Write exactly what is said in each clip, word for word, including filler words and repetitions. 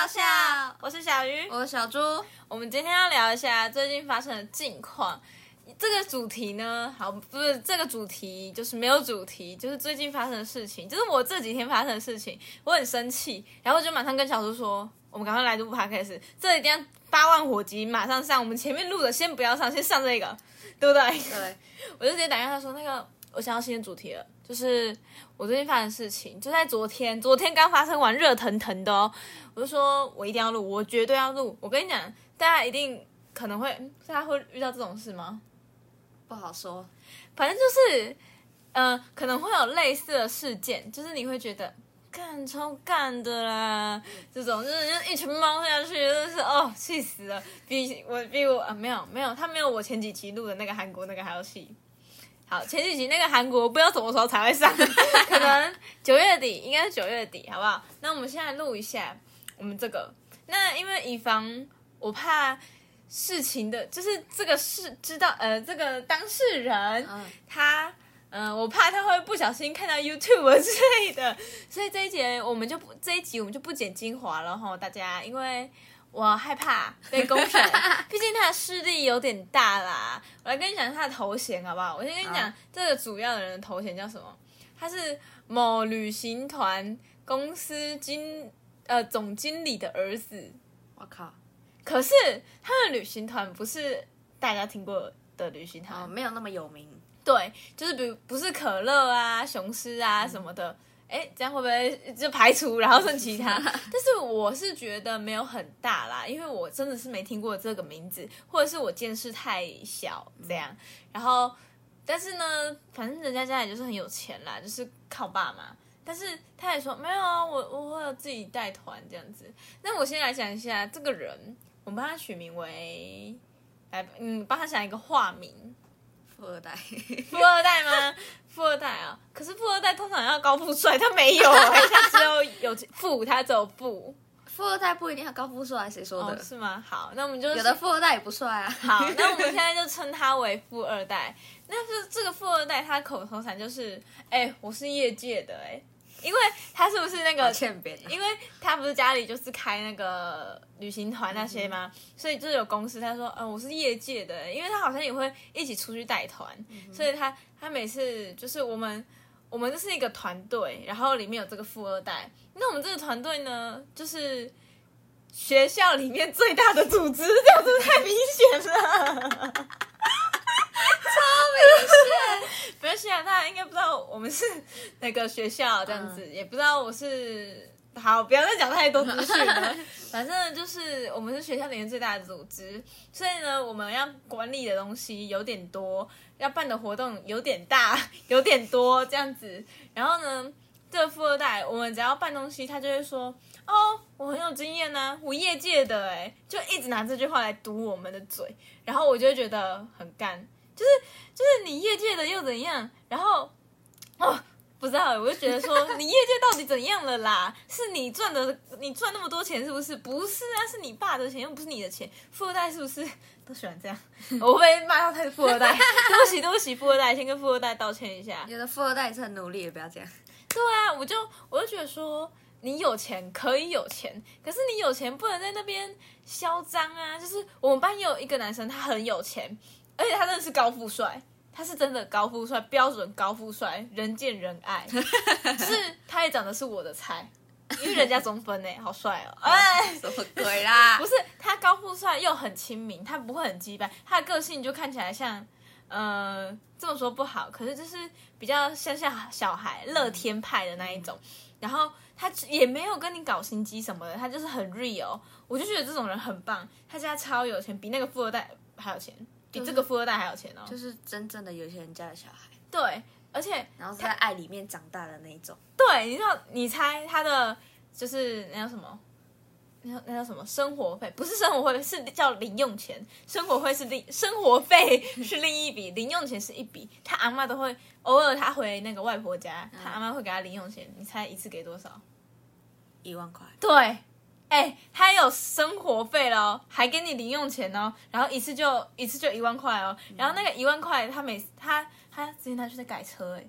爆笑， 我是小鱼， 我是小猪。 我们今天要聊一下最近发生的近况。这个主题呢，好，不是这个主题，就是没有主题，就是最近发生的事情，就是我这几天发生的事情，我很生气，然后我就马上跟小猪说，我们赶快来录 podcast， 这一定要八万火急，马上上。我们前面录的先不要上，先上这个，对不对？ 对， 我就直接打电话说，那个我想要新的主题了，就是我最近发生的事情，就在昨天，昨天刚发生完，热腾腾的哦。我就说我一定要录，我绝对要录。我跟你讲，大家一定可能会，大家会遇到这种事吗？ 不好说， 反正就是，呃，可能会有类似的事件，就是你会觉得干超干的啦，这种就是就一群猫下去，真的是哦气死了，比我比我啊没有没有，他没有我前几期录的那个韩国那个还要气。好，前几集那个韩国不知道什么时候才会上，可能九月底，应该是九月底，好不好？那我们现在录一下我们这个，那因为以防我怕。事情的，就是这个事知道，呃，这个当事人，嗯、他，嗯、呃，我怕他会不小心看到 YouTube 之类的，所以这一节我们就不这一集我们就不剪精华了哈，大家，因为我害怕被公审，毕竟他的势力有点大啦。我来跟你讲他的头衔好不好？我先跟你讲、哦、这个主要的人的头衔叫什么？他是某旅行团公司经呃总经理的儿子。 我靠！ 可是他的旅行团不是大家听过的旅行团、 哦，没有那么有名。 对，就是比如不是可乐啊、雄狮啊什么的。哎、嗯，这样会不会就排除，然后剩其他？但是我是觉得没有很大啦，因为我真的是没听过这个名字，或者是我见识太小这样。嗯、然后，但是呢，反正人家家里就是很有钱啦，就是靠爸妈。但是他也说没有啊，我我会有自己带团这样子。那我先来讲一下这个人。我们帮他取名为，来，嗯，帮他想一个化名， 富二代， 富二代吗？富二代啊，可是富二代通常要高富帅，他没有、欸，他只有有富，他只有富。 富二代不一定要高富帅，谁说的、 哦？是吗？好，那我们就有的富二代也不帅啊。 好，那我们现在就称他为富二代。那是这个富二代，他口头禅就是，哎、欸，我是业界的、欸，哎。因为他是不是那个欠扁？ 因为他不是家里就是开那个旅行团那些吗？嗯、所以就是有公司，他说，呃，我是业界的，因为他好像也会一起出去带团，嗯、所以他他每次就是我们我们就是一个团队，然后里面有这个富二代。那我们这个团队呢，就是学校里面最大的组织，这样子太明显了。 超明显， 不是啊，大家应该不知道我们是哪个学校这样子，嗯、也不知道我是好，不要再讲太多资讯了。反正就是我们是学校里面最大的组织，所以呢，我们要管理的东西有点多，要办的活动有点大，有点多这样子。然后呢，这个富二代，我们只要办东西，他就会说：“哦，我很有经验呐、啊，我业界的哎、欸，就一直拿这句话来堵我们的嘴，然后我就会觉得很干。”就是就是你业界的又怎样？然后哦，不知道，我就觉得说你业界到底怎样了啦？是你赚的，你赚那么多钱是不是？不是啊，是你爸的钱，又不是你的钱。富二代是不是都喜欢这样？我被骂到他是富二代，对不起对不起，富二代，先跟富二代道歉一下。 有的富二代也是很努力，也不要这样。 对啊，我就我就觉得说。你有钱可以有钱，可是你有钱不能在那边嚣张啊！就是我们班有一个男生，他很有钱，而且他真的是高富帅，他是真的高富帅，标准高富帅，人见人爱。就是他也长得是我的菜，因为人家中分哎，好帅哦！哎， 什么鬼啦？ 不是他高富帅又很亲民，他不会很鸡掰，他的个性就看起来像，呃，这么说不好，可是就是比较像像小孩乐天派的那一种，然后。他也没有跟你搞心机什么的，他就是很 real， 我就觉得这种人很棒。他家超有钱，比那个富二代还有钱，比这个富二代还有钱哦。 就是真正的有钱人家的小孩。 对，而且然后是在爱里面长大的那一种。 对，你知道，你猜他的就是那叫什么？那叫那叫什么？生活费不是生活费，是叫零用钱。生活费是另，生活费是另一笔，零用钱是一笔。他阿嬷都会偶尔他回那个外婆家，他阿嬷会给他零用钱。你猜一次给多少？ 一万块。 对，哎、欸，他有生活费咯，还给你零用钱哦，然后一次就一次就一万块哦，然后那个一万块他每他他之前他去在改车哎、欸，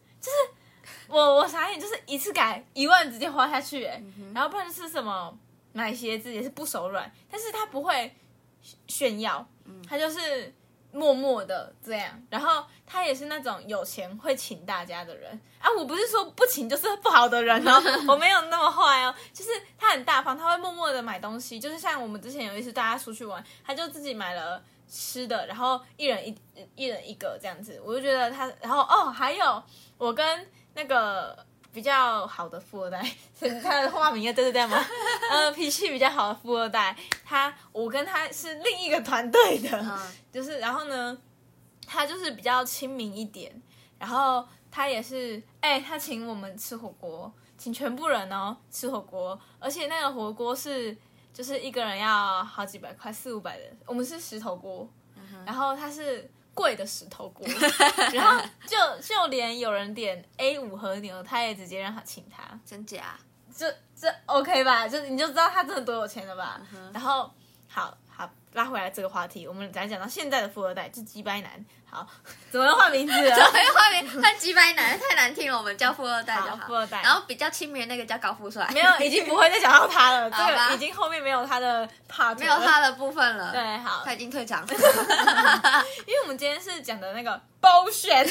就是我我傻眼，就是一次改一万直接花下去哎、欸，嗯、然后不然就是什么买鞋子也是不手软，但是他不会炫耀，他就是默默的这样。然后他也是那种有钱会请大家的人啊，我不是说不请就是不好的人哦，我没有那么坏哦，就是他很大方，他会默默的买东西，就是像我们之前有一次大家出去玩，他就自己买了吃的，然后一人一一人一个这样子，我就觉得他，然后哦，还有我跟那个比较好的富二代，他的化名要对对对吗？呃，脾气比较好的富二代，他我跟他是另一个团队的，嗯、就是然后呢，他就是比较亲民一点，然后他也是，哎、欸，他请我们吃火锅，请全部人哦吃火锅，而且那个火锅是就是一个人要好几百块，四五百的，我们是石头锅，嗯、然后他是贵的石头锅，然后就就连有人点 A 五和牛，他也直接让他请他， 真假？ 这这 OK 吧？就你就知道他真的多有钱了吧？嗯、然后好好拉回来这个话题，我们来讲到现在的富二代，就鸡掰男。好，怎么又换名字了？ 怎么又换名？换鸡掰男太难听了，我们叫富二代就好。 富二代， 然后比较亲民的那个叫高富帅。 没有，已经不会再讲到他了。这个已经后面没有他的 part， 没有他的部分了。 对，好， 他已经退场。 因为我们今天是讲的那个 bullshit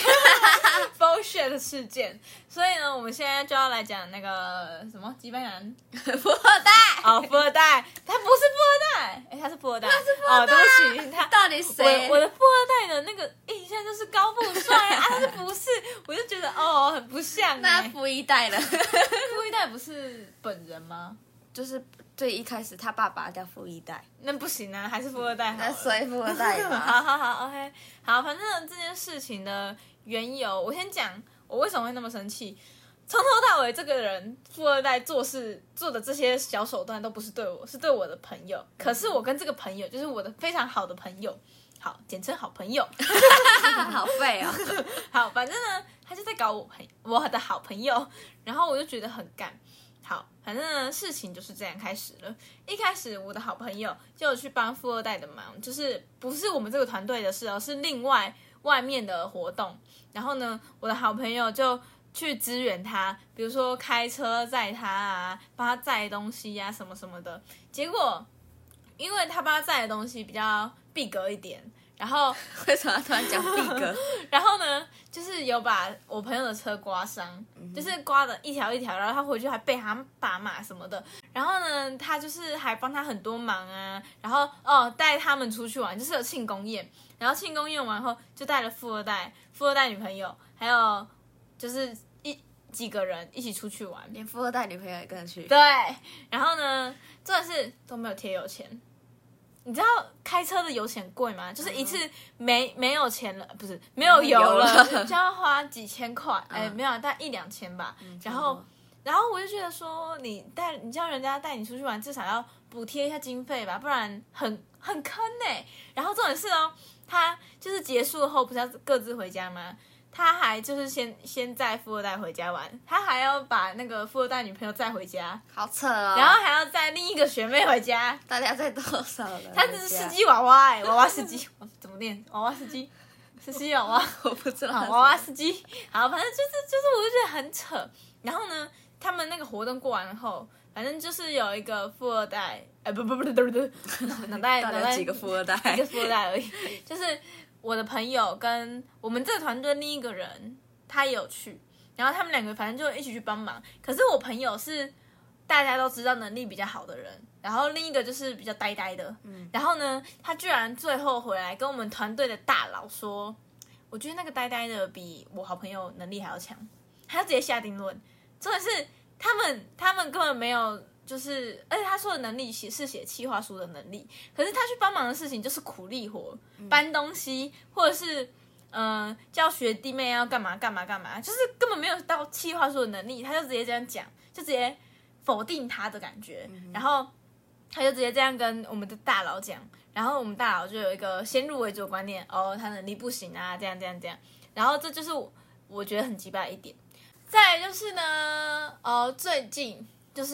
bullshit 的事件，所以呢，我们现在就要来讲那个什么鸡掰男富二代。 哦，富二代，他不是富二代，哎，他是富二代， 他是富二代。 哦，对不起，他到底谁？ 我我的富二代的那个印象就是高富帅啊，他是不是？我就觉得哦，很不像。 那富一代了， 富一代不是本人吗？ 就是最一开始他爸爸叫富一代， 那不行啊，还是富二代好了。 那所以富二代嘛。 好好好 ，OK， 好，反正这件事情的缘由，我先讲我为什么会那么生气。从头到尾，这个人富二代做事做的这些小手段都不是对我，是对我的朋友。可是我跟这个朋友，就是我的非常好的朋友，好，简称好朋友， 好废哦。 好，反正呢，他就在搞我朋我的好朋友，然后我就觉得很干。好，反正呢，事情就是这样开始了。一开始我的好朋友就有去帮富二代的忙，就是不是我们这个团队的事哦，是另外外面的活动。然后呢，我的好朋友就去支援他，比如说开车载他啊，帮他载东西啊，什么什么的。结果，因为他帮他载的东西比较逼格一点，然后为什么突然讲逼格？ 然后呢，就是有把我朋友的车刮伤，嗯、就是刮的一条一条，然后他回去还被他爸骂什么的。然后呢，他就是还帮他很多忙啊，然后哦带他们出去玩，就是有庆功宴，然后庆功宴完后就带了富二代、富二代女朋友，还有就是一几个人一起出去玩， 连富二代女朋友也跟着去。 对，然后呢，真的是都没有贴油钱。你知道开车的油钱贵吗？就是一次没没有钱了，不是没有油了，就要花几千块，哎、嗯，没有，大概一两千吧。嗯、然后，然后我就觉得说，你带你叫人家带你出去玩，至少要补贴一下经费吧，不然很很坑哎、欸。然后重点是哦，他就是结束后不是要各自回家吗？他还就是先先载富二代回家玩，他还要把那个富二代女朋友载回家， 好扯哦。 然后还要载另一个学妹回家， 大家载多少人？ 他只是司机娃娃哎、欸，娃娃司机怎么念？娃娃司机，司机娃娃， 我不知道。 娃娃司机，好，反正就是就是，我就觉得很扯。然后呢，他们那个活动过完后，反正就是有一个富二代，哎、欸，不不不不不不，脑袋脑袋几个富二代， 一个富二代而已，就是。我的朋友跟我们这个团队另一个人，他也有去，然后他们两个反正就一起去帮忙。可是我朋友是大家都知道能力比较好的人，然后另一个就是比较呆呆的。嗯，然后呢，他居然最后回来跟我们团队的大佬说，我觉得那个呆呆的比我好朋友能力还要强，他就直接下定论。重点是他们他们根本没有。就是，而且他说的能力写是写企划书的能力，可是他去帮忙的事情就是苦力活，嗯、搬东西，或者是呃叫学弟妹要干嘛干嘛干嘛，就是根本没有到企划书的能力，他就直接这样讲，就直接否定他的感觉，嗯、然后他就直接这样跟我们的大佬讲，然后我们大佬就有一个先入为主的观念，哦，他能力不行啊，这样这样这样，然后这就是我我觉得很奇怪的一点。再来就是呢，呃，最近就是。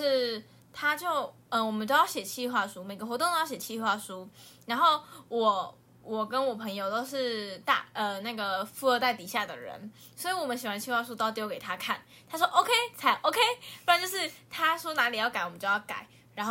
他就嗯、呃，我们都要写企划书，每个活动都要写企划书。然后我我跟我朋友都是大呃那个富二代底下的人，所以我们写完企划书都要丢给他看。他说 OK 才 OK， 不然就是他说哪里要改我们就要改。然后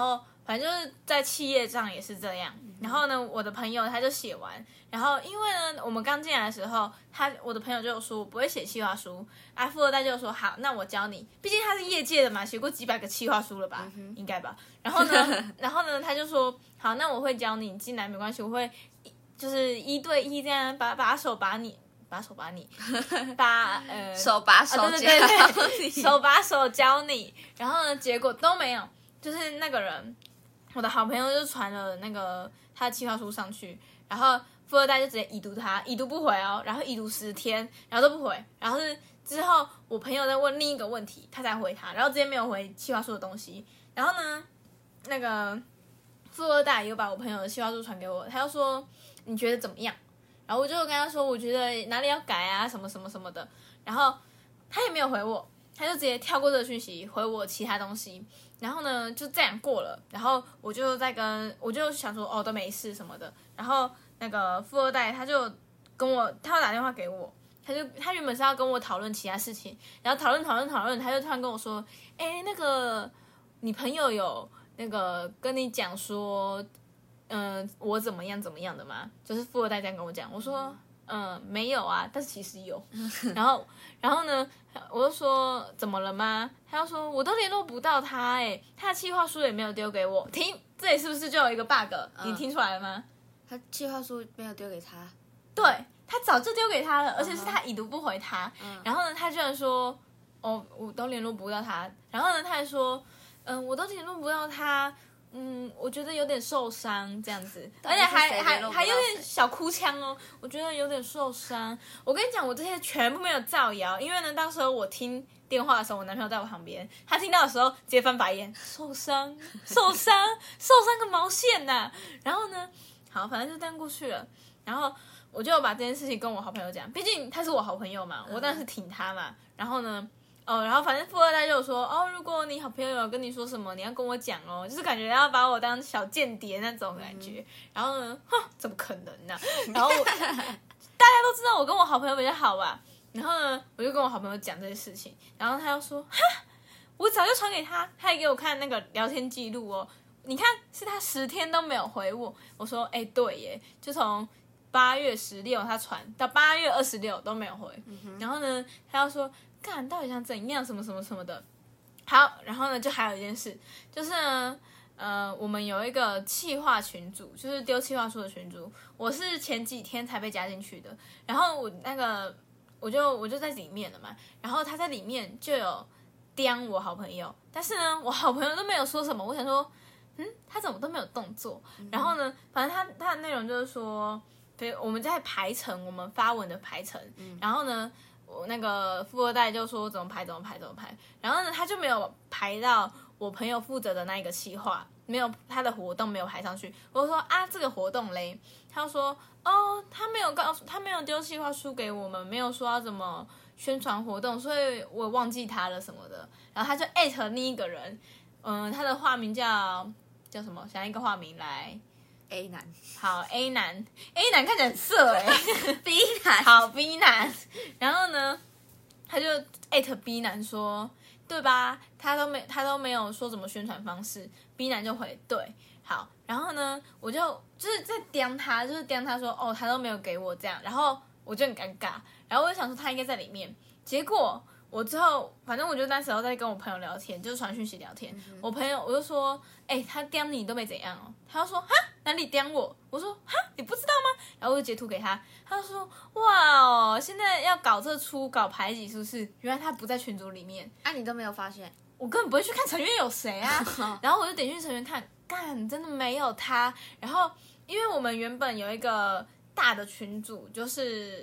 反正就是在企业上也是这样。然后呢，我的朋友他就写完，然后因为呢，我们刚进来的时候，他我的朋友就有说我不会写企划书，啊，富二代就说好，那我教你，毕竟他是业界的嘛，写过几百个企划书了吧，嗯、应该吧。然后呢，然后呢，他就说好，那我会教你，进来没关系，我会就是一对一这样把把手把你。把手把你，把呃手把手教你、 啊、对对对对手把手教你，然后呢，结果都没有，就是那个人，我的好朋友就传了那个他的计划书上去，然后富二代就直接已读他，已读不回哦，然后已读十天，然后都不回，然后是之后我朋友在问另一个问题，他才回他，然后直接没有回计划书的东西，然后呢，那个富二代又把我朋友的计划书传给我，他就说你觉得怎么样？然后我就跟他说，我觉得哪里要改啊，什么什么什么的。然后他也没有回我，他就直接跳过这个讯息，回我其他东西。然后呢，就这样过了。然后我就在跟，我就想说，哦，都没事什么的。然后那个富二代他就跟我，他要打电话给我，他就他原本是要跟我讨论其他事情，然后讨论讨论讨论，他就突然跟我说，哎，那个你朋友有那个跟你讲说。嗯、呃，我怎么样怎么样的嘛？就是富二代这样跟我讲，我说，嗯、呃，没有啊，但是其实有。然后，然后呢，我就说怎么了吗？他就说我都联络不到他、欸，哎，他的企划书也没有丢给我。听，这里是不是就有一个 bug？、嗯、你听出来了吗？ 他企划书没有丢给他， 对他早就丢给他了，而且是他已读不回他。嗯、然后呢，他居然说，哦，我都联络不到他。然后呢，他还说，嗯，我都联络不到他。嗯，我觉得有点受伤这样子，而且还还还有点小哭腔哦。我觉得有点受伤。我跟你讲，我这些全部没有造谣，因为呢，当时候我听电话的时候，我男朋友在我旁边，他听到的时候直接翻白眼，受伤，受伤，受伤个毛线呐、啊！然后呢，好，反正就这样过去了。然后我就把这件事情跟我好朋友讲，毕竟他是我好朋友嘛，我当然是挺他嘛。然后呢？哦，然后反正富二代就有说，哦，如果你好朋友有跟你说什么，你要跟我讲哦，就是感觉要把我当小间谍那种感觉。嗯、然后呢，哼，怎么可能呢、啊？然后大家都知道我跟我好朋友比较好吧。然后呢，我就跟我好朋友讲这些事情，然后他又说，哈，我早就传给他，他还给我看那个聊天记录哦，你看是他十天都没有回我。我说，哎，对耶，就从八月十六他传到八月二十六都没有回。嗯、然后呢，他又说。干到底想怎样？什么什么什么的。好，然后呢，就还有一件事，就是呢，呃，我们有一个企划群组，就是丢企划书的群组。我是前几天才被加进去的，然后我那个我就我就在里面了嘛，然后他在里面就有刁我好朋友，但是呢，我好朋友都没有说什么。我想说，嗯，他怎么都没有动作？嗯、然后呢，反正他他的内容就是说，对，我们在排程，我们发文的排程，嗯、然后呢。我那个富二代就说怎么排怎么排怎么排，然后呢他就没有排到我朋友负责的那一个企划，没有他的活动没有排上去。我就说啊这个活动嘞，他就说哦他没有告诉他没有丢企划书给我们，没有说要怎么宣传活动，所以我忘记他了什么的。然后他就艾特另一个人，嗯他的化名叫叫什么？想一个化名来。 A 男， 好 A 男 ，A 男看起来很色哎、 欸、，B 男， 好 B 男，然后呢，他就艾特 B 男说，对吧？他都没他都没有说怎么宣传方式 ，B 男就回对，好，然后呢，我就就是在刁他，就是刁他说，哦，他都没有给我这样，然后我就很尴尬，然后我就想说他应该在里面，结果。我之后，反正我就那时候在跟我朋友聊天，就是传讯息聊天。嗯、我朋友我就说，哎、欸，他刁你都没怎样哦。他就说，哈，哪里刁我？我说，哈，你不知道吗？然后我就截图给他，他就说，哇哦，现在要搞这出搞排挤是不是？原来他不在群组里面。 啊，你都没有发现？ 我根本不会去看成员有谁啊。然后我就点进成员看，干，真的没有他。然后因为我们原本有一个大的群组，就是。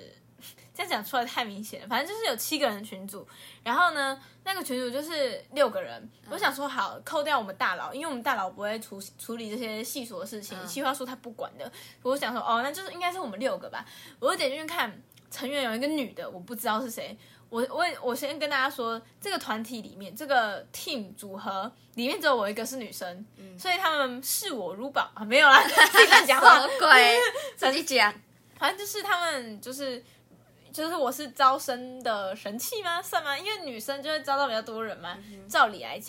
这样讲出来太明显了，反正就是有七个人的群组，然后呢，那个群组就是六个人。嗯、我想说好，扣掉我们大佬，因为我们大佬不会处处理这些细琐的事情，企划书他不管的。我想说哦，那就是应该是我们六个吧。我就点进去看，成员有一个女的，我不知道是谁。我我我先跟大家说，这个团体里面，这个 team 组合里面只有我一个是女生，嗯、所以他们视我如宝啊，没有啦，自己乱讲话， 什么鬼？自己讲， 反正就是他们就是。就是我是招生的神器吗？算吗？因为女生就会招到比较多人嘛。嗯、照理来讲，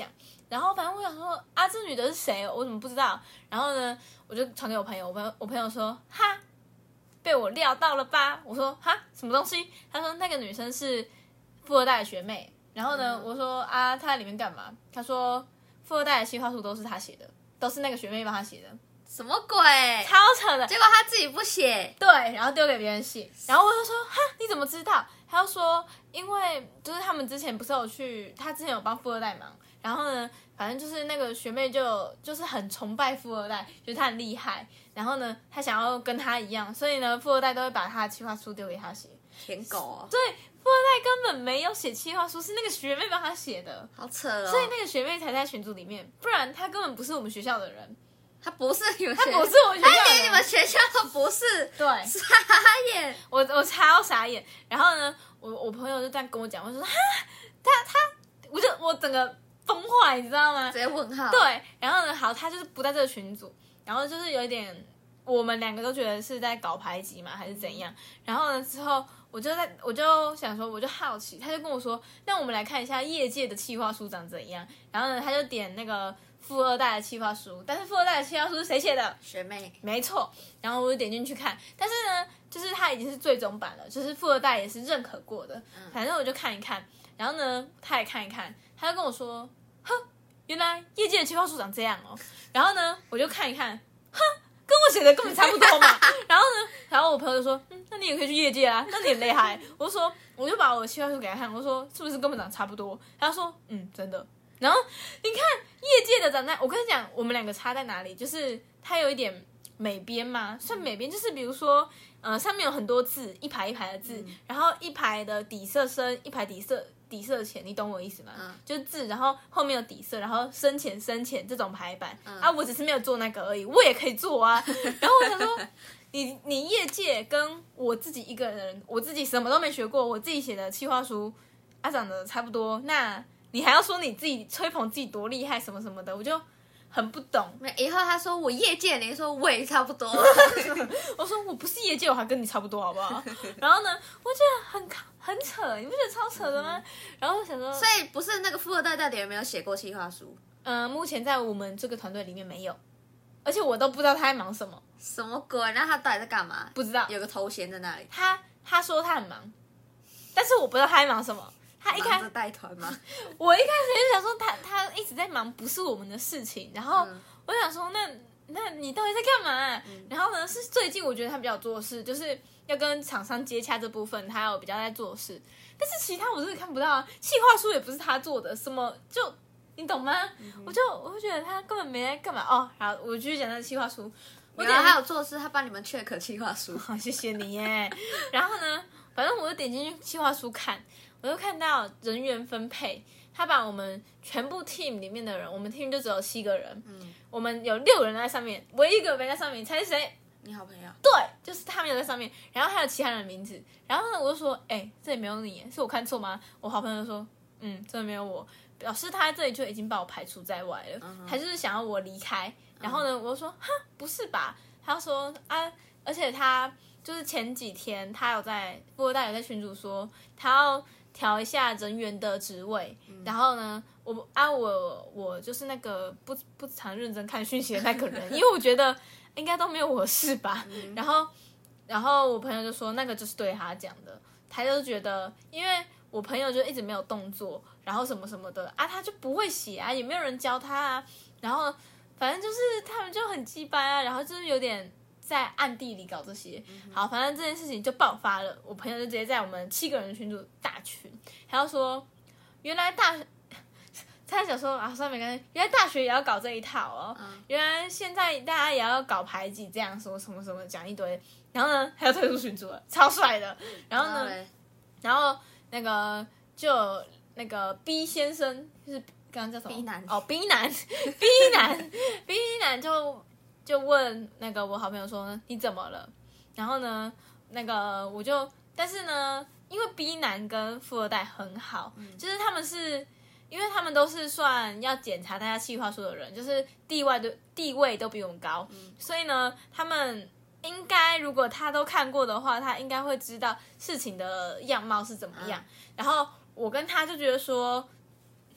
然后反正我想说啊，这女的是谁？我怎么不知道？然后呢，我就传给我朋友，我朋友我朋友说哈，被我料到了吧？我说哈，什么东西？他说那个女生是富二代的学妹。然后呢，嗯、我说啊，她在里面干嘛？他说富二代的企划书都是他写的，都是那个学妹帮他写的。 什么鬼？ 超扯的！ 结果他自己不写， 对，然后丢给别人写。然后我就说哈，你怎么知道？他就说因为就是他们之前不是有去，他之前有帮富二代忙。然后呢，反正就是那个学妹就就是很崇拜富二代，觉得他很厉害。然后呢，他想要跟他一样，所以呢，富二代都会把他的企划书丢给他写。 舔狗哦！ 对，富二代根本没有写企划书，是那个学妹帮他写的。 好扯哦！ 所以那个学妹才在群组里面，不然他根本不是我们学校的人。 他不是你们学，他不是我们学校的人， 他连你们学校都不是。 对， 傻眼！ 我我超傻眼。然后呢，我我朋友就这样跟我讲，我说哈，他他，我就我整个崩坏，你知道吗？ 直接问号。 对，然后呢，好，他就是不在这个群组，然后就是有一点，我们两个都觉得是在搞排挤嘛，还是怎样？然后呢，之后我就在，我就想说，我就好奇，他就跟我说，那我们来看一下业界的企划书长怎样。然后呢，他就点那个富二代的企划书，但是富二代的企划书是谁写的？ 学妹。 没错。然后我就点进去看，但是呢，就是他已经是最终版了，就是富二代也是认可过的。嗯、反正我就看一看，然后呢，他也看一看，他就跟我说，哼，原来业界的企划书长这样哦。然后呢，我就看一看，哼，跟我写的根本差不多嘛。然后呢，然后我朋友就说，嗯，那你也可以去业界啊，那你很厉害。我就说，我就把我的企划书给他看，我说是不是根本长差不多？他说，嗯，真的。然后你看业界的长在，我跟你讲，我们两个差在哪里？就是它有一点美编嘛，算美编，就是比如说，呃，上面有很多字，一排一排的字，嗯、然后一排的底色深，一排底色底色浅，你懂我意思吗？嗯、就是字，然后后面有底色，然后深浅深浅这种排版、嗯、啊，我只是没有做那个而已，我也可以做啊。然后我想说，你你业界跟我自己一个人，我自己什么都没学过，我自己写的企划书啊，长得差不多，那。你还要说你自己吹捧自己多厉害什么什么的，我就很不懂。 以后他说我业界，你说我也差不多。 我说我不是业界，我还跟你差不多，好不好？然后呢，我觉得很很扯，你不觉得超扯的吗？然后我想说， 所以不是那个富二代到底有没有写过企划书？ 嗯、呃，目前在我们这个团队里面没有，而且我都不知道他在忙什么。 什么鬼？那他到底在干嘛？ 不知道， 有个头衔在那里。 他他说他很忙，但是我不知道他在忙什么。他一开始带团吗？ 我一开始就想说他他一直在忙，不是我们的事情。然后我就想说，那那你到底在干嘛？嗯、然后呢，是最近我觉得他比较做事，就是要跟厂商接洽这部分，他有比较在做事。但是其他我真的看不到啊，企划书也不是他做的，什么就你懂吗？嗯、我就我就觉得他根本没在干嘛哦。好，我继续讲那个企划书。 我觉得他有做事，他帮你们 check 企划书。 好，谢谢你耶。然后呢，反正我就点进去企划书看。我就看到人员分配，他把我们全部 team 里面的人，我们 team 就只有七个人，嗯，我们有六人在上面，唯一一个没在上面，你猜是谁？ 你好朋友。 对，就是他没有在上面，然后还有其他人的名字，然后呢，我就说，哎、欸，这里没有你，是我看错吗？我好朋友就说，嗯，真的没有我，表示他在这里就已经把我排除在外了，嗯、他就是想要我离开。然后呢，嗯、我就说，哈，不是吧？他说啊，而且他就是前几天他有在富二代有在群组说，他要调一下人员的职位，嗯、然后呢，我啊我我就是那个不不常认真看讯息的那个人，因为我觉得应该都没有我的事吧。嗯、然后然后我朋友就说那个就是对他讲的，他就觉得因为我朋友就一直没有动作，然后什么什么的啊，他就不会写啊，也没有人教他啊，然后反正就是他们就很鸡掰啊，然后就是有点。在暗地里搞这些，好，反正这件事情就爆发了。我朋友就直接在我们七个人群组大群，他就说，原来大，他想说啊，算没关系，原来大学也要搞这一套哦，嗯、原来现在大家也要搞排挤，这样说什么什么讲一堆，然后呢，还要退出群组了，超帅的。然后呢，然后那个就那个 B 先生，就是刚刚叫什么 ？B 男哦 ，B 男 ，B 男 ，B 男就。就问那个我好朋友说你怎么了？然后呢，那个我就，但是呢，因为 B 男跟富二代很好，嗯、就是他们是，因为他们都是算要检查大家企划书的人，就是地位的地位都比我们高，嗯、所以呢，他们应该如果他都看过的话，他应该会知道事情的样貌是怎么样。嗯、然后我跟他就觉得说，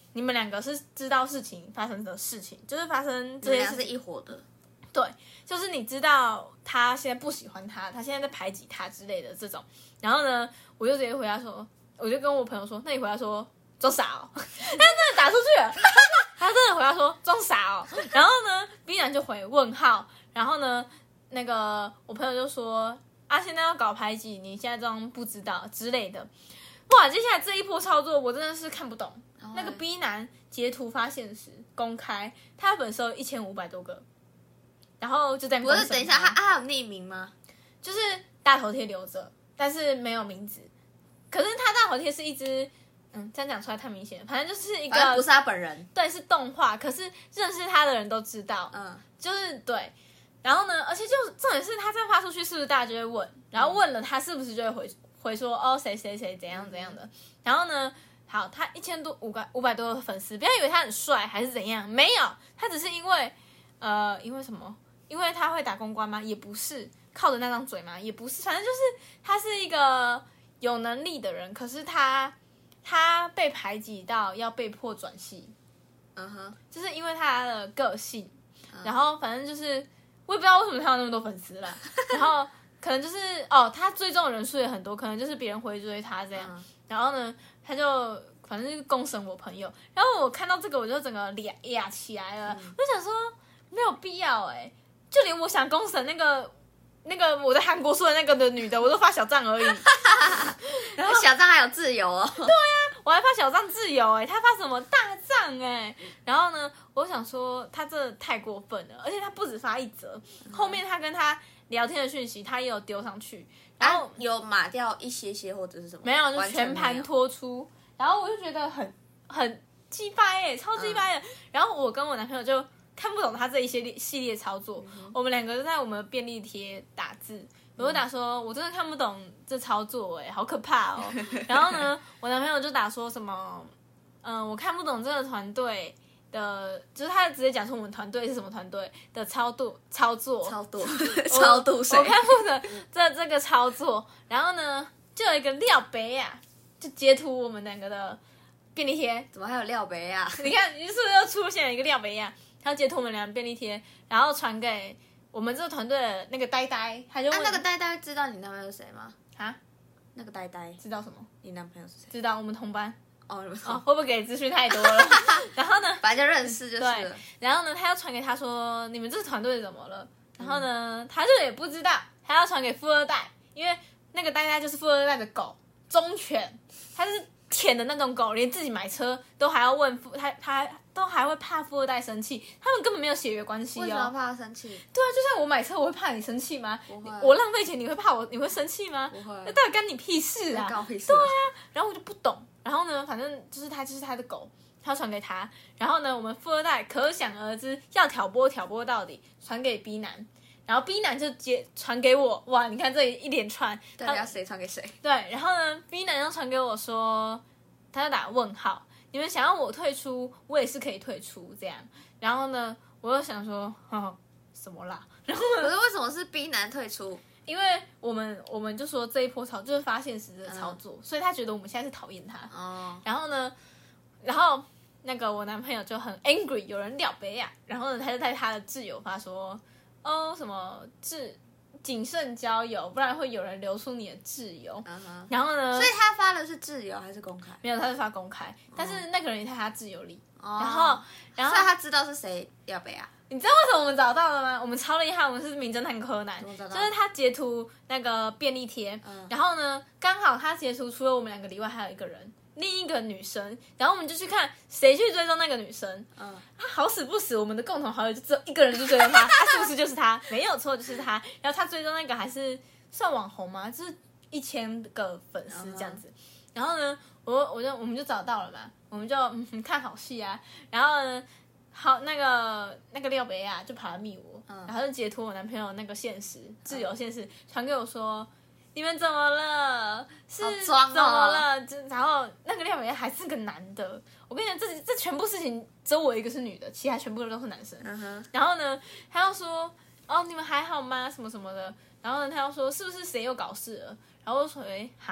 你们两个是知道事情发生的事情，就是发生这这样是件事情， 一伙的。 对，就是你知道他现在不喜欢他，他现在在排挤他之类的这种。然后呢，我就直接回答说，我就跟我朋友说，那你回答说装傻哦，他真的打出去了，他真的回答说装傻哦。然后呢，B 男就回问号，然后呢，那个我朋友就说啊，现在要搞排挤，你现在装不知道之类的。哇，接下来这一波操作我真的是看不懂。 哦、 那个 B 男截图发现时公开，他粉丝有一千五百多个。然后就在不是，等一下，他他有匿名吗？ 就是大头贴留着，但是没有名字。可是他大头贴是一只，嗯，这样讲出来太明显了，反正就是一个， 不是他本人， 对，是动画。可是认识他的人都知道，嗯，就是对。然后呢，而且就重点是他这样发出去，是不是大家就会问？然后问了他是不是就会回回说哦谁谁谁怎样怎样的？然后呢，好，他一千多五百五百多个粉丝，不要以为他很帅还是怎样，没有，他只是因为呃因为什么？因为他会打公关吗？也不是，靠着那张嘴吗？也不是，反正就是他是一个有能力的人，可是他他被排挤到要被迫转系，嗯哼，就是因为他的个性，嗯、然后反正就是我也不知道为什么他有那么多粉丝啦，然后可能就是哦，他追踪的人数也很多，可能就是别人回追他这样，嗯、然后呢，他就反正就是公审我朋友，然后我看到这个我就整个脸哑起来了，嗯、我就想说没有必要哎、欸。就连我想公审那个那个我在韩国说的那个的女的，我都发小账而已。 然后小账还有自由哦。 对啊，我还发小账自由哎、欸，他发什么大账哎、欸？然后呢，我想说他真的太过分了，而且他不止发一则，嗯、后面他跟他聊天的讯息他也有丢上去，然后、 啊、有码掉一些些或者是什么？ 没有，就全盘托出。然后我就觉得很很鸡掰哎，超鸡掰的。嗯、然后我跟我男朋友就。看不懂他这一系列系列操作，嗯、我们两个就在我们便利贴打字，我就打说，我真的看不懂这操作、欸，哎，好可怕哦。然后呢，我男朋友就打说什么，嗯、呃，我看不懂这个团队的，就是他直接讲出我们团队是什么团队的操作操作操作操作谁？ 我看不懂这这个操作。然后呢，就有一个廖北啊，就截图我们两个的便利贴， 怎么还有廖北啊？ 你看，你是不是又出现了一个廖北啊？他截图我们俩便利贴，然后传给我们这个团队的那个呆呆，他就问、 啊、那个呆呆知道你男朋友是谁吗？ 啊， 那个呆呆知道什么？ 你男朋友是谁？ 知道，我们同班。 哦，你们哦，会不会给资讯太多了？然后呢， 反正就认识就是了。 对，然后呢，他要传给他说你们这个团队怎么了？然后呢，嗯、他就也不知道，他要传给富二代，因为那个呆呆就是富二代的狗，忠犬，他是舔的那种狗，连自己买车都还要问富他他。都还会怕富二代生气，他们根本没有血缘关系哦。 为什么要怕他生气？ 对啊，就像我买车，我会怕你生气吗？ 不会。 我浪费钱，你会怕我？你会生气吗？ 不会。 那到底干你屁事啊？ 干我屁事。 对啊，然后我就不懂。然后呢，反正就是他就是他的狗，他传给他。然后呢，我们富二代可想而知要挑拨挑拨到底，传给 B 男，然后 B 男就接传给我。哇，你看这一连串， 对，要谁传给谁？ 对，然后呢 ，B 男又传给我说，他就打问号。你们想要我退出，我也是可以退出这样。然后呢，我又想说，呵呵什么啦？然后可是为什么是 B 男退出？ 因为我们我们就说这一波操就是发现时的操作，嗯、所以他觉得我们现在是讨厌他。哦。然后呢，然后那个我男朋友就很 angry， 有人廖北亚，然后呢，他就在他的挚友发说，哦什么挚。谨慎交友，不然会有人流出你的挚友。Uh-huh. 然后呢？ 所以他发的是挚友还是公开？ 没有，他是发公开，但是那个人也在他挚友里。Oh. 然后，然后所以他知道是谁廖北啊？ 你知道为什么我们找到了吗？我们超厉害，我们是名侦探柯南。就是他截图那个便利贴，嗯、然后呢，刚好他截图除了我们两个以外，还有一个人。另一个女生，然后我们就去看谁去追踪那个女生。嗯，他好死不死，我们的共同好友就只有一个人去追踪他，他是不是就是他？没有错，就是他。然后他追踪那个还是算网红吗？就是一千个粉丝这样子。Uh-huh. 然后呢，我我就我们就找到了嘛，我们就、嗯、看好戏啊。然后呢，好那个那个廖北亚就跑来密我，嗯、然后就截图我男朋友那个现实自由现实传给我说。你们怎么了？是怎么了？然后那个廖北亚还是个男的。我跟你讲，这这全部事情只有我一个是女的，其他全部都是男生。Uh-huh. 然后呢，他又说：“哦，你们还好吗？什么什么的。”然后呢，他又说：“是不是谁又搞事了？”然后我说：“哎，哈，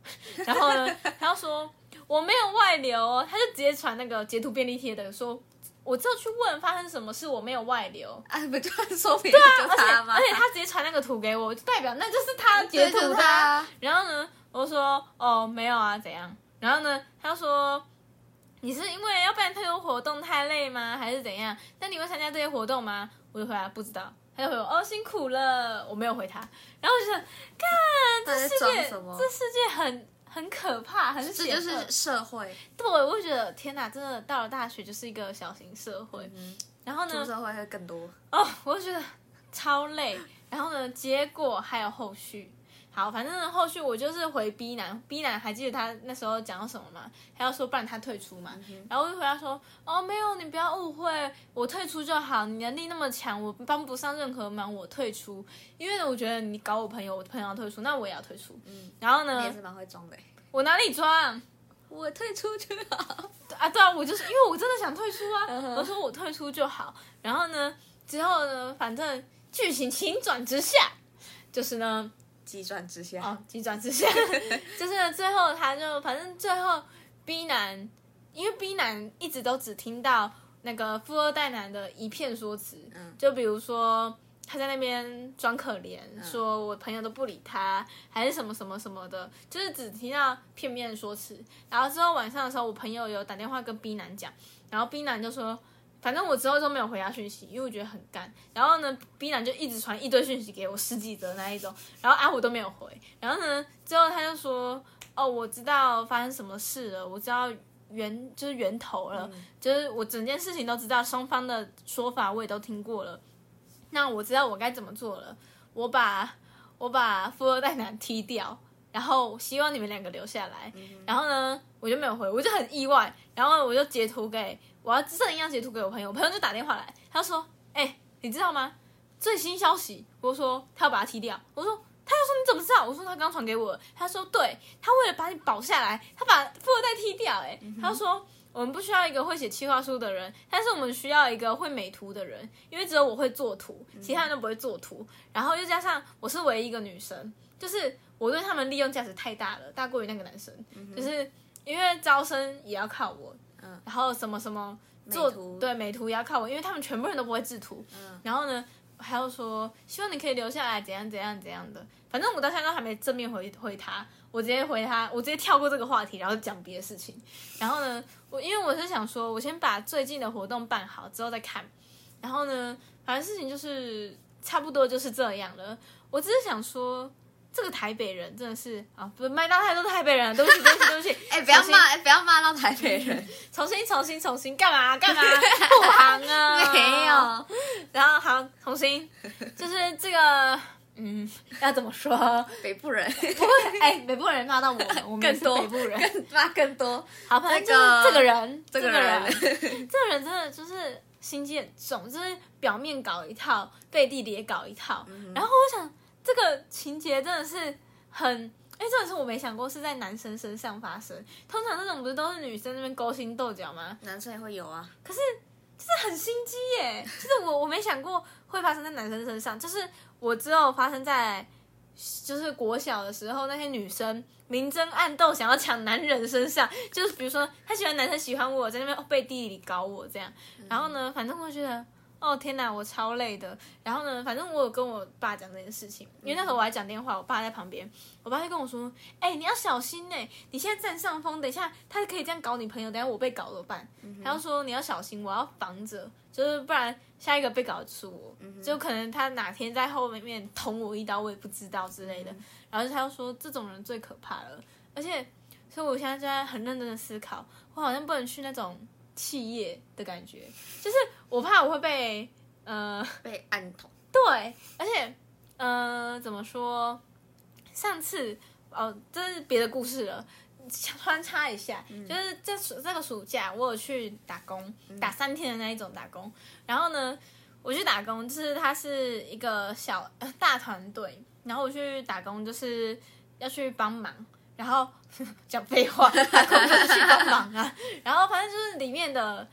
然后呢，他就说我没有外流哦，他就直接传那个截图便利贴的说。我只有去问发生什么事，我没有外流。 啊，不就说明对啊， 就他吗？ 而且而且他直接传那个图给我，就代表那就是他的截图的、 啊。 然后呢，我就说哦没有啊，怎样？然后呢，他就说你是因为要办特殊活动太累吗？还是怎样？那你会参加这些活动吗？我就回答不知道。他就回我哦辛苦了，我没有回他。然后我就想，看这世界，这世界很。很可怕，很这就是社会。 对，我会觉得天哪，真的到了大学就是一个小型社会。 嗯、 然后呢， 出社会会更多哦，我就觉得超累。然后呢，结果还有后续。好，反正呢，后续我就是回 B 男 ，B 男还记得他那时候讲到什么吗？他要说不然他退出嘛。嗯、然后我就回他说，哦，没有，你不要误会，我退出就好。你能力那么强，我帮不上任何忙，我退出。因为我觉得你搞我朋友，我朋友要退出，那我也要退出。嗯，然后呢， 你也是蛮会装的。 我哪里装？ 我退出就好啊！对啊，我就是因为我真的想退出啊。Uh-huh. 我说我退出就好。然后呢，之后呢，反正剧情急转直下，就是呢， 急转直下哦，急转直下，就是呢，最后他就反正最后 B 男，因为 B 男一直都只听到那个富二代男的一片说辞，嗯，就比如说。他在那边装可怜，说我朋友都不理他，还是什么什么什么的，就是只听到片面的说辞。然后之后晚上的时候，我朋友有打电话跟 B 男讲，然后 B 男就说，反正我之后都没有回他讯息，因为我觉得很干。然后呢 ，B 男就一直传一堆讯息给我，十几则那一种，然后啊我都没有回。然后呢，之后他就说，哦，我知道发生什么事了，我知道源就是源头了，嗯、就是我整件事情都知道，双方的说法我也都听过了。那我知道我该怎么做了，我把我把富二代男踢掉，然后希望你们两个留下来。嗯、然后呢，我就没有回，我就很意外，然后我就截图给我要正一样截图给我朋友，我朋友就打电话来，他说：“哎、欸，你知道吗？最新消息。”我说他要把他踢掉，我说他就说你怎么知道？我说他刚传给我，他说对，他为了把你保下来，他把富二代踢掉、欸。哎、嗯，他说。我们不需要一个会写企划书的人，但是我们需要一个会美图的人，因为只有我会做图，其他人都不会做图。然后又加上我是唯一一个女生，就是我对他们利用价值太大了，大过于那个男生。嗯、就是因为招生也要靠我，嗯、然后什么什么做美图， 对美图也要靠我，因为他们全部人都不会制图。嗯、然后呢，还要说希望你可以留下来，怎样怎样怎样的。反正我到现在都还没正面回回他。我直接回他，我直接跳过这个话题，然后讲别的事情。然后呢，我因为我是想说，我先把最近的活动办好之后再看。然后呢，反正事情就是差不多就是这样了。我只是想说，这个台北人真的是啊，不是麦当太多台北人了，对不起，对不起，对不起。 哎、欸，不要骂，哎，不要骂到台北人。 重新，重新，重新，干嘛干嘛？护航啊？ 没有。 然后好，重新，就是这个。嗯，要怎么说？ 北部人不会，哎、欸，北部人骂到我们，我们是北部人， 更骂更多。 好，反正就是这个人， 这个人， 这个人，这个人真的就是心机很重，就是表面搞一套，背地里也搞一套。嗯、然后我想，这个情节真的是很，哎，真的是我没想过是在男生身上发生。通常这种不是都是女生那边勾心斗角吗？ 男生也会有啊。 可是就是很心机耶，就是我我没想过会发生在男生身上，就是。我只有发生在就是国小的时候，那些女生明争暗斗，想要抢男人身上，就是比如说她喜欢男生喜欢我，在那边背地里搞我这样。然后呢，反正我觉得，哦天哪，我超累的。然后呢，反正我有跟我爸讲这件事情，因为那时候我还讲电话，我爸在旁边，我爸就跟我说：“哎、欸，你要小心哎、欸，你现在占上风，等一下他可以这样搞你朋友，等一下我被搞怎么办？”嗯、他就说：“你要小心，我要防着，就是不然。”下一个被搞的是我，嗯、就可能他哪天在后面捅我一刀，我也不知道之类的。嗯、然后他又说这种人最可怕了，而且，所以我现在就在很认真的思考，我好像不能去那种企业的感觉，就是我怕我会被呃被暗捅。 对，而且呃怎么说？上次哦，这是别的故事了。穿插一下，嗯、就是这暑这个暑假，我有去打工，嗯、打三天的那一种打工。然后呢，我去打工，就是它是一个小大团队，然后我去打工就是要去帮忙，然后讲废话，打工就是去帮忙啊。然后反正就是里面的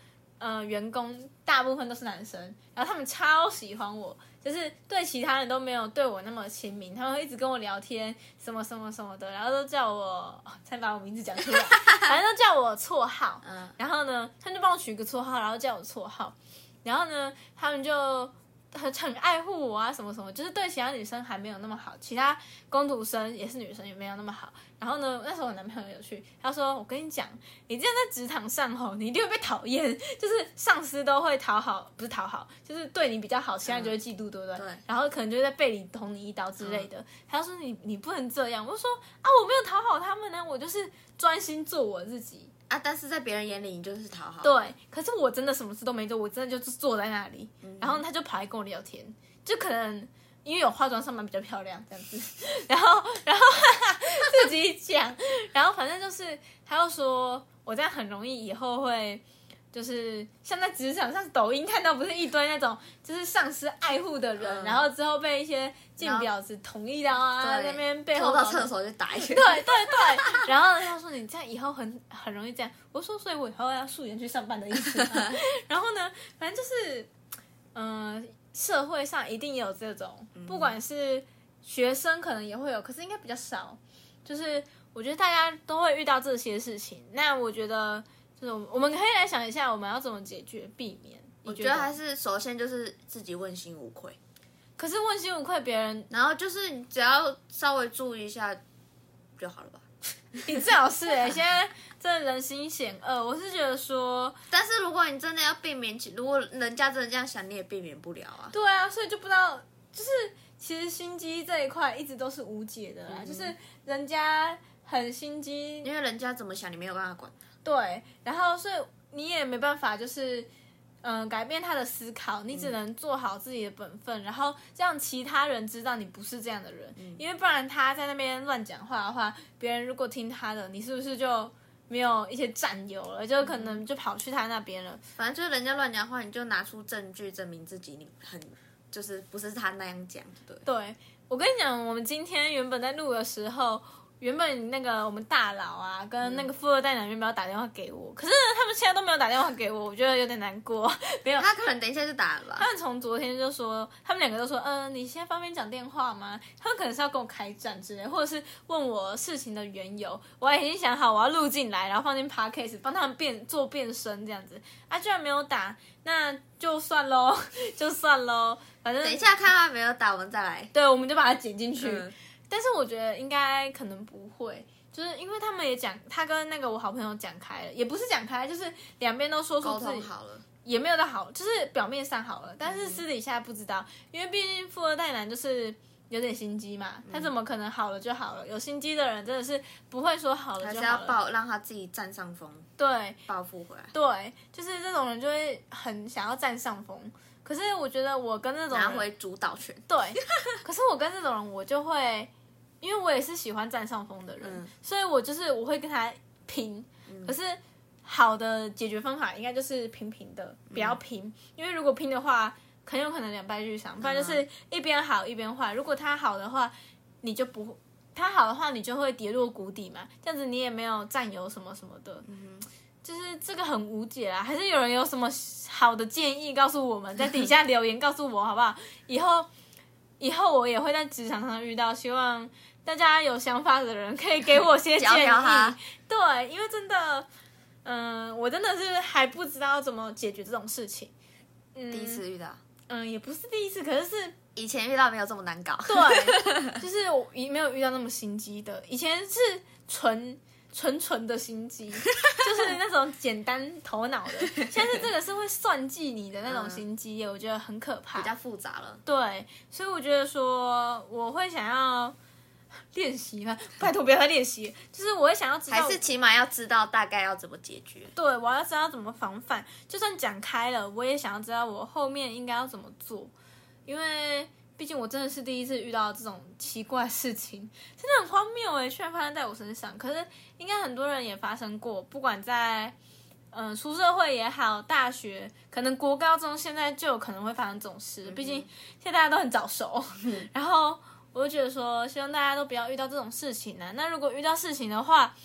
呃员工大部分都是男生，然后他们超喜欢我，就是对其他人都没有对我那么亲民，他们会一直跟我聊天什么什么什么的，然后都叫我才把我名字讲出来，反正都叫我绰号， 嗯， 然后呢，他们就帮我取一个绰号，然后叫我绰号，然后呢，他们就很很爱护我啊，什么什么，就是对其他女生还没有那么好，其他工读生也是女生也没有那么好。然后呢，那时候我男朋友有去，他说：“我跟你讲，你这样在职场上吼，你一定会被讨厌，就是上司都会讨好，不是讨好，就是对你比较好，其他人就会嫉妒，对不对？ 对。 然后可能就会在背里捅你一刀之类的。嗯、他说你你不能这样，我就说啊，我没有讨好他们呢，我就是专心做我自己。” 啊！但是在别人眼里，你就是讨好。 对，可是我真的什么事都没做，我真的就是坐在那里， 嗯、 然后他就跑来跟我聊天，就可能因为有化妆上班比较漂亮这样子，然后然后哈哈自己讲，然后反正就是他又说我这样很容易以后会。就是像在职场上，抖音看到不是一堆那种就是上司爱护的人，嗯、然后之后被一些贱婊子捅一刀啊，在那边背后偷到厕所就打一拳。 对对对，然后他说你这样以后很很容易这样，我说所以我以后要素颜去上班的意思。然后呢，反正就是，嗯、呃，社会上一定有这种，不管是学生可能也会有，可是应该比较少。就是我觉得大家都会遇到这些事情，那我觉得。就是我们可以来想一下，我们要怎么解决、避免。 我觉得还是首先就是自己问心无愧。 可是问心无愧，别人然后就是你只要稍微注意一下就好了吧。 你最好是哎、欸，现在真的人心险恶。我是觉得说， 但是如果你真的要避免，如果人家真的这样想，你也避免不了啊。 对啊，所以就不知道，就是其实心机这一块一直都是无解的啦，嗯、就是人家很心机， 因为人家怎么想，你没有办法管。 对，然后所以你也没办法，就是嗯、呃、改变他的思考，你只能做好自己的本分，嗯、然后让其他人知道你不是这样的人，嗯、因为不然他在那边乱讲话的话，别人如果听他的，你是不是就没有一些战友了，就可能就跑去他那边了。 反正就是人家乱讲话，你就拿出证据证明自己你很就是不是他那样讲，对。 对，我跟你讲，我们今天原本在录的时候。原本那个我们大佬啊，跟那个富二代男原本要打电话给我，可是他们现在都没有打电话给我，我觉得有点难过。没有， 他可能等一下就打了吧。 他们从昨天就说，他们两个都说，嗯、呃，你现在方便讲电话吗？他们可能是要跟我开战之类，或者是问我事情的缘由。我已经想好我要录进来，然后放进 podcast 帮他们变做变声这样子。啊，居然没有打，那就算咯，就算咯。反正等一下看他没有打，我们再来。 对，我们就把它剪进去。 嗯但是我觉得应该可能不会，就是因为他们也讲，他跟那个我好朋友讲开了，也不是讲开，就是两边都说出自己沟通好了， 也没有到好，就是表面上好了，但是私底下不知道，因为毕竟富二代男就是有点心机嘛，他怎么可能好了就好了？有心机的人真的是不会说好了就好了， 还是要报让他自己占上风， 对， 报复回来， 对，就是这种人就会很想要占上风。可是我觉得我跟那种人拿回主导权， 对，可是我跟这种人我就会。因为我也是喜欢占上风的人，嗯、所以我就是我会跟他拼。嗯、可是好的解决方法应该就是平平的，不要拼。嗯、因为如果拼的话，很有可能两败俱伤。不然就是一边好一边坏。如果他好的话，你就不他好的话，你就会跌落谷底嘛。这样子你也没有占有什么什么的，嗯、就是这个很无解啦。还是有人有什么好的建议告诉我们，在底下留言告诉我好不好？以后以后我也会在职场上遇到，希望。大家有想法的人可以给我些建议，对，因为真的，嗯、呃，我真的是还不知道怎么解决这种事情。 嗯、第一次遇到， 嗯，也不是第一次，可是是以前遇到没有这么难搞。 对，就是我没有遇到那么心机的，以前是纯纯纯的心机，就是那种简单头脑的。现在这个是会算计你的那种心机，嗯、我觉得很可怕， 比较复杂了。 对，所以我觉得说我会想要。练习吗？拜托不要再练习，就是我会想要知道， 还是起码要知道大概要怎么解决。 对，我要知道怎么防范。就算讲开了，我也想要知道我后面应该要怎么做，因为毕竟我真的是第一次遇到这种奇怪的事情，真的很荒谬哎，居然发生在我身上。可是应该很多人也发生过，不管在嗯、呃、出社会也好，大学可能国高中现在就有可能会发生这种事，毕竟现在大家都很早熟，嗯、然后。我就觉得说，希望大家都不要遇到这种事情啊。那如果遇到事情的话，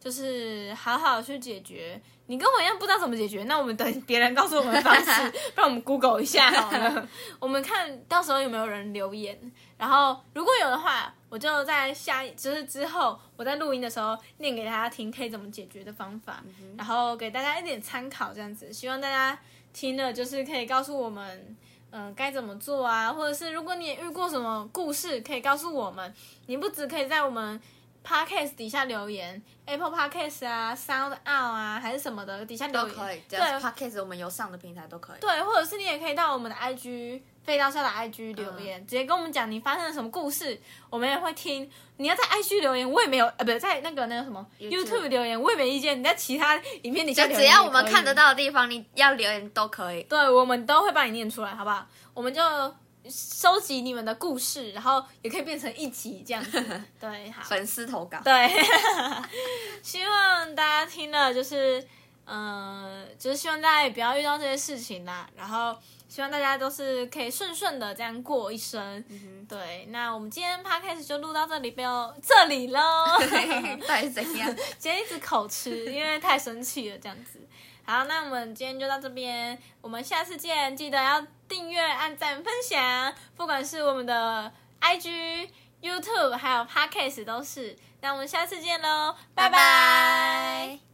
就是好好去解决。你跟我一样不知道怎么解决，那我们等别人告诉我们的方式，不然我们 Google 一下好了。我们看到时候有没有人留言，然后如果有的话，我就在下就是之后我在录音的时候念给大家听，可以怎么解决的方法，嗯、然后给大家一点参考，这样子，希望大家听了就是可以告诉我们，嗯、呃，该怎么做啊，或者是如果你也遇过什么故事，可以告诉我们。你不只可以在我们Podcast 底下留言 ，Apple Podcast 啊 ，Sound Out 啊，还是什么的底下留言都可以，只要是 Podcast 我们有上的平台都可以。 对，或者是你也可以到我们的 I G 飞刀笑的 I G 留言、嗯，直接跟我们讲你发生了什么故事，我们也会听。你要在 I G 留言，我也没有，呃，不是在那个那个什么 YouTube, YouTube 留言，我也没意见。你在其他影片底下留言， 就只要我们看得到的地方，你要留言都可以。 对，我们都会帮你念出来，好不好？我们就收集你们的故事，然后也可以变成一集这样子。对，好， 粉丝投稿。 对，希望大家听了就是，嗯、呃，就是希望大家也不要遇到这些事情啦。然后希望大家都是可以顺顺的这样过一生。嗯、对，那我们今天 podcast 就录到这里喽，这里喽。 到底是怎样？ 今天一直口吃，因为太生气了这样子。好，那我们今天就到这边，我们下次见，记得要订阅、按赞、分享，不管是我们的 I G、YouTube 还有 Podcast 都是。那我们下次见喽，拜拜。